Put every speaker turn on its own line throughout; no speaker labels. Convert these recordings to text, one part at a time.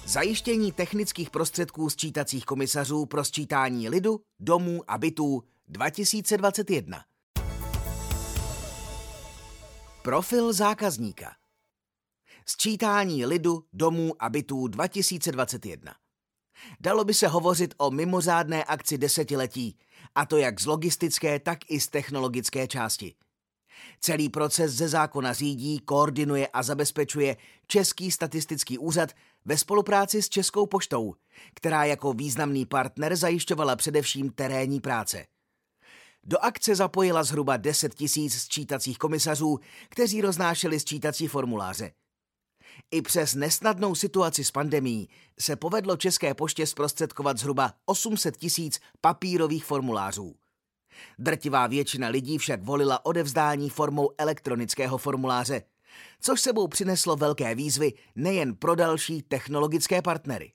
Zajištění technických prostředků sčítacích komisařů pro sčítání lidu, domů a bytů 2021. Profil zákazníka. Sčítání lidu, domů a bytů 2021. Dalo by se hovořit o mimořádné akci desetiletí, a to jak z logistické, tak i z technologické části. Celý proces ze zákona řídí, koordinuje a zabezpečuje Český statistický úřad ve spolupráci s Českou poštou, která jako významný partner zajišťovala především terénní práce. Do akce zapojila zhruba 10 000 sčítacích komisařů, kteří roznášeli sčítací formuláře. I přes nesnadnou situaci s pandemií se povedlo České poště zprostředkovat zhruba 800 000 papírových formulářů. Drtivá většina lidí však volila odevzdání formou elektronického formuláře, což sebou přineslo velké výzvy nejen pro další technologické partnery.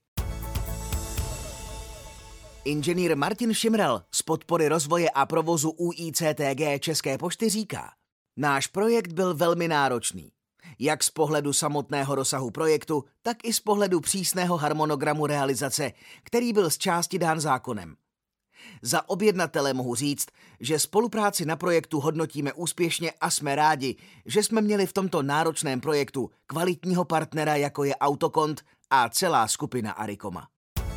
Inženýr Martin Šimral z podpory rozvoje a provozu UICTG České pošty říká: náš projekt byl velmi náročný. Jak z pohledu samotného rozsahu projektu, tak i z pohledu přísného harmonogramu realizace, který byl z části dán zákonem. Za objednatele mohu říct, že spolupráci na projektu hodnotíme úspěšně a jsme rádi, že jsme měli v tomto náročném projektu kvalitního partnera, jako je Autokont a celá skupina Arikoma.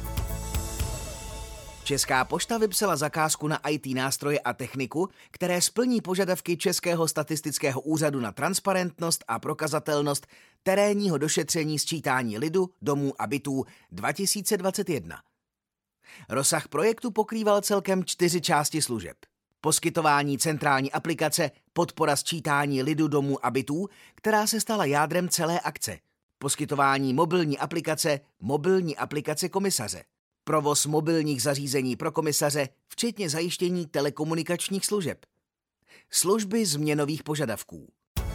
Česká pošta vypsala zakázku na IT nástroje a techniku, které splní požadavky Českého statistického úřadu na transparentnost a prokazatelnost terénního došetření sčítání lidu, domů a bytů 2021. Rozsah projektu pokrýval celkem 4 části služeb. Poskytování centrální aplikace, podpora sčítání lidu, domů a bytů, která se stala jádrem celé akce. Poskytování mobilní aplikace komisaře. Provoz mobilních zařízení pro komisaře, včetně zajištění telekomunikačních služeb. Služby změnových požadavků.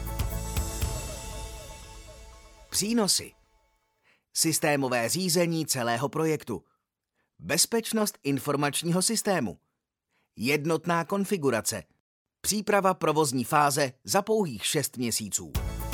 Přínosy. Systémové řízení celého projektu. Bezpečnost informačního systému. Jednotná konfigurace. Příprava provozní fáze za pouhých 6 měsíců.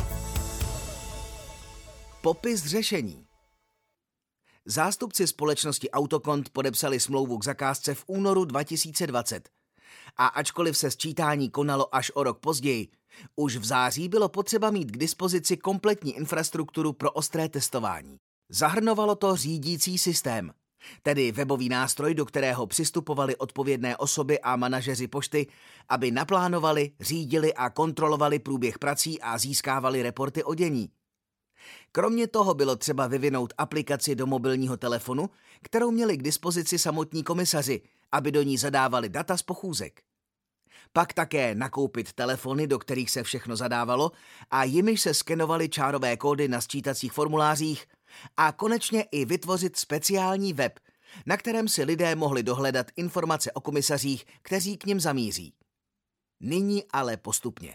Popis řešení. Zástupci společnosti Autokont podepsali smlouvu k zakázce v únoru 2020. A ačkoliv se sčítání konalo až o rok později, už v září bylo potřeba mít k dispozici kompletní infrastrukturu pro ostré testování. Zahrnovalo to řídící systém, tedy webový nástroj, do kterého přistupovali odpovědné osoby a manažeři pošty, aby naplánovali, řídili a kontrolovali průběh prací a získávali reporty o dění. Kromě toho bylo třeba vyvinout aplikaci do mobilního telefonu, kterou měli k dispozici samotní komisaři, aby do ní zadávali data z pochůzek. Pak také nakoupit telefony, do kterých se všechno zadávalo a jimiž se skenovaly čárové kódy na sčítacích formulářích a konečně i vytvořit speciální web, na kterém si lidé mohli dohledat informace o komisařích, kteří k nim zamíří. Nyní ale postupně.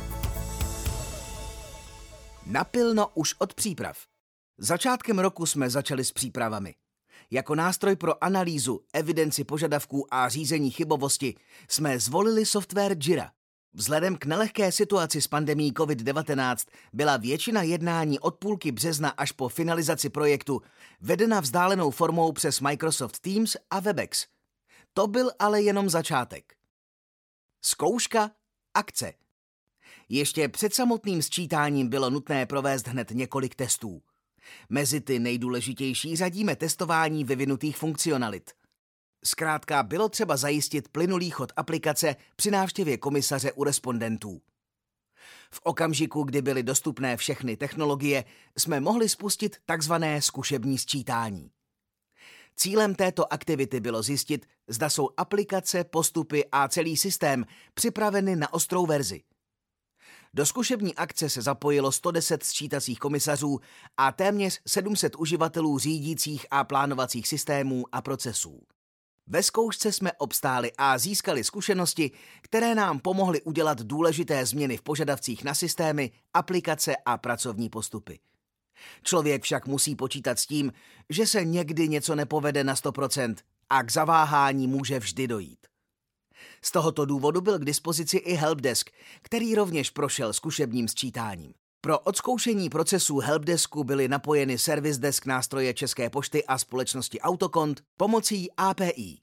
Napilno už od příprav. Začátkem roku jsme začali s přípravami. Jako nástroj pro analýzu, evidenci požadavků a řízení chybovosti jsme zvolili software Jira. Vzhledem k nelehké situaci s pandemií COVID-19 byla většina jednání od půlky března až po finalizaci projektu vedena vzdálenou formou přes Microsoft Teams a Webex. To byl ale jenom začátek. Zkouška, akce. Ještě před samotným sčítáním bylo nutné provést hned několik testů. Mezi ty nejdůležitější řadíme testování vyvinutých funkcionalit. Zkrátka bylo třeba zajistit plynulý chod aplikace při návštěvě komisaře u respondentů. V okamžiku, kdy byly dostupné všechny technologie, jsme mohli spustit takzvané zkušební sčítání. Cílem této aktivity bylo zjistit, zda jsou aplikace, postupy a celý systém připraveny na ostrou verzi. Do zkušební akce se zapojilo 110 sčítacích komisařů a téměř 700 uživatelů řídících a plánovacích systémů a procesů. Ve zkoušce jsme obstáli a získali zkušenosti, které nám pomohly udělat důležité změny v požadavcích na systémy, aplikace a pracovní postupy. Člověk však musí počítat s tím, že se někdy něco nepovede na 100% a k zaváhání může vždy dojít. Z tohoto důvodu byl k dispozici i helpdesk, který rovněž prošel zkušebním sčítáním. Pro odzkoušení procesů helpdesku byly napojeny service desk nástroje České pošty a společnosti Autokont pomocí API.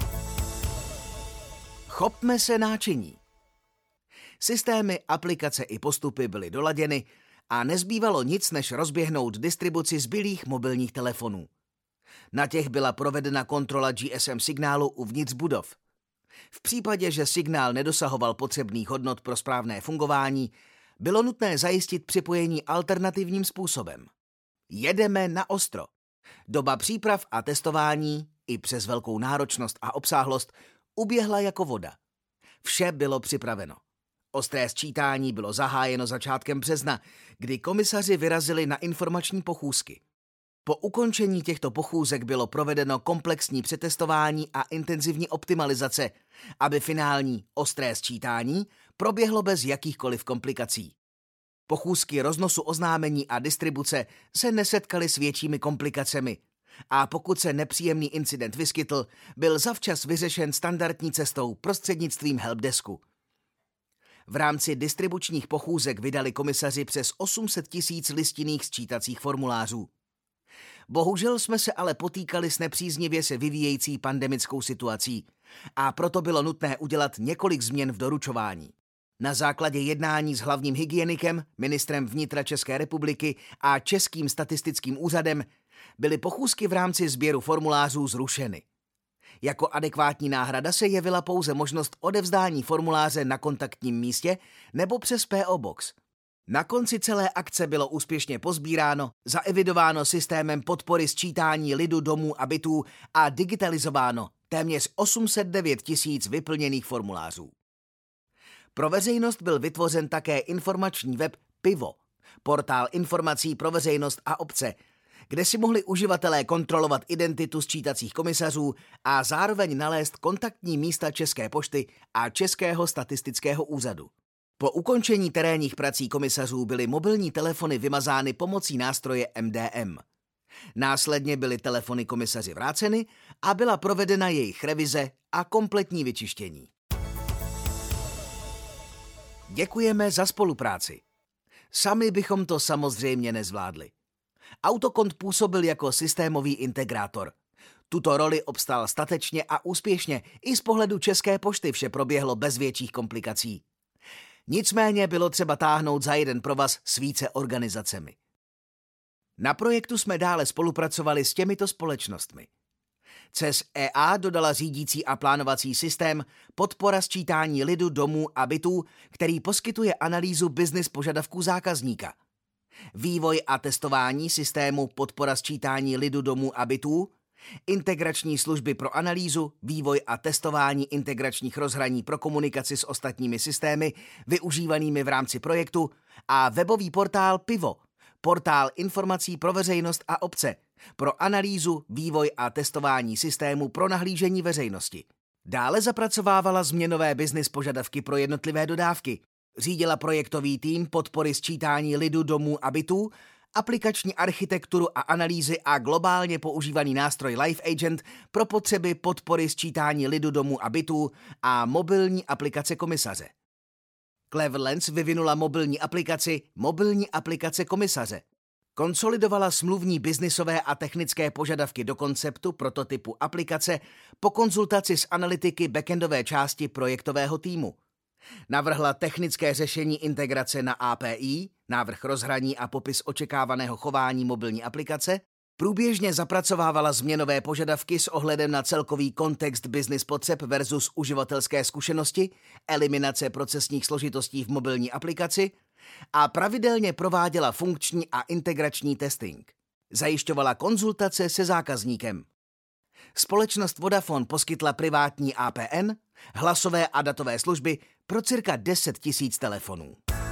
Chopme se náčiní. Systémy, aplikace i postupy byly doladěny a nezbývalo nic, než rozběhnout distribuci zbylých mobilních telefonů. Na těch byla provedena kontrola GSM signálu uvnitř budov. V případě, že signál nedosahoval potřebných hodnot pro správné fungování, bylo nutné zajistit připojení alternativním způsobem. Jedeme na ostro. Doba příprav a testování, i přes velkou náročnost a obsáhlost, uběhla jako voda. Vše bylo připraveno. Ostré sčítání bylo zahájeno začátkem března, kdy komisaři vyrazili na informační pochůzky. Po ukončení těchto pochůzek bylo provedeno komplexní přetestování a intenzivní optimalizace, aby finální ostré sčítání proběhlo bez jakýchkoliv komplikací. Pochůzky roznosu oznámení a distribuce se nesetkaly s většími komplikacemi a pokud se nepříjemný incident vyskytl, byl zavčas vyřešen standardní cestou prostřednictvím helpdesku. V rámci distribučních pochůzek vydali komisaři přes 800 000 listinných sčítacích formulářů. Bohužel jsme se ale potýkali s nepříznivě se vyvíjející pandemickou situací a proto bylo nutné udělat několik změn v doručování. Na základě jednání s hlavním hygienikem, ministrem vnitra České republiky a Českým statistickým úřadem byly pochůzky v rámci sběru formulářů zrušeny. Jako adekvátní náhrada se jevila pouze možnost odevzdání formuláře na kontaktním místě nebo přes PO Box. Na konci celé akce bylo úspěšně pozbíráno, zaevidováno systémem podpory sčítání lidu, domů a bytů a digitalizováno téměř 809 000 vyplněných formulářů. Pro veřejnost byl vytvořen také informační web Pivo, portál informací pro veřejnost a obce, kde si mohli uživatelé kontrolovat identitu sčítacích komisařů a zároveň nalézt kontaktní místa České pošty a Českého statistického úřadu. Po ukončení terénních prací komisařů byly mobilní telefony vymazány pomocí nástroje MDM. Následně byly telefony komisaři vráceny a byla provedena jejich revize a kompletní vyčištění. Děkujeme za spolupráci. Sami bychom to samozřejmě nezvládli. Autokont působil jako systémový integrátor. Tuto roli obstál statečně a úspěšně, i z pohledu České pošty vše proběhlo bez větších komplikací. Nicméně bylo třeba táhnout za jeden provaz s více organizacemi. Na projektu jsme dále spolupracovali s těmito společnostmi. CES EA dodala řídící a plánovací systém podpora sčítání lidu, domů a bytů, který poskytuje analýzu business požadavků zákazníka. Vývoj a testování systému podpora sčítání lidu, domů a bytů, integrační služby pro analýzu, vývoj a testování integračních rozhraní pro komunikaci s ostatními systémy využívanými v rámci projektu a webový portál Pivo, portál informací pro veřejnost a obce, pro analýzu, vývoj a testování systému pro nahlížení veřejnosti. Dále zapracovávala změnové business požadavky pro jednotlivé dodávky, řídila projektový tým podpory sčítání lidu, domů a bytů, aplikační architekturu a analýzy a globálně používaný nástroj Live Agent pro potřeby podpory sčítání lidu, domů a bytů a mobilní aplikace komisaře. Cleverlens vyvinula mobilní aplikace komisaře. Konsolidovala smluvní biznisové a technické požadavky do konceptu prototypu aplikace po konzultaci s analytiky backendové části projektového týmu. Navrhla technické řešení integrace na API, návrh rozhraní a popis očekávaného chování mobilní aplikace, průběžně zapracovávala změnové požadavky s ohledem na celkový kontext business potřeb versus uživatelské zkušenosti, eliminace procesních složitostí v mobilní aplikaci a pravidelně prováděla funkční a integrační testing. Zajišťovala konzultace se zákazníkem. Společnost Vodafone poskytla privátní APN, hlasové a datové služby pro cirka 10 000 telefonů.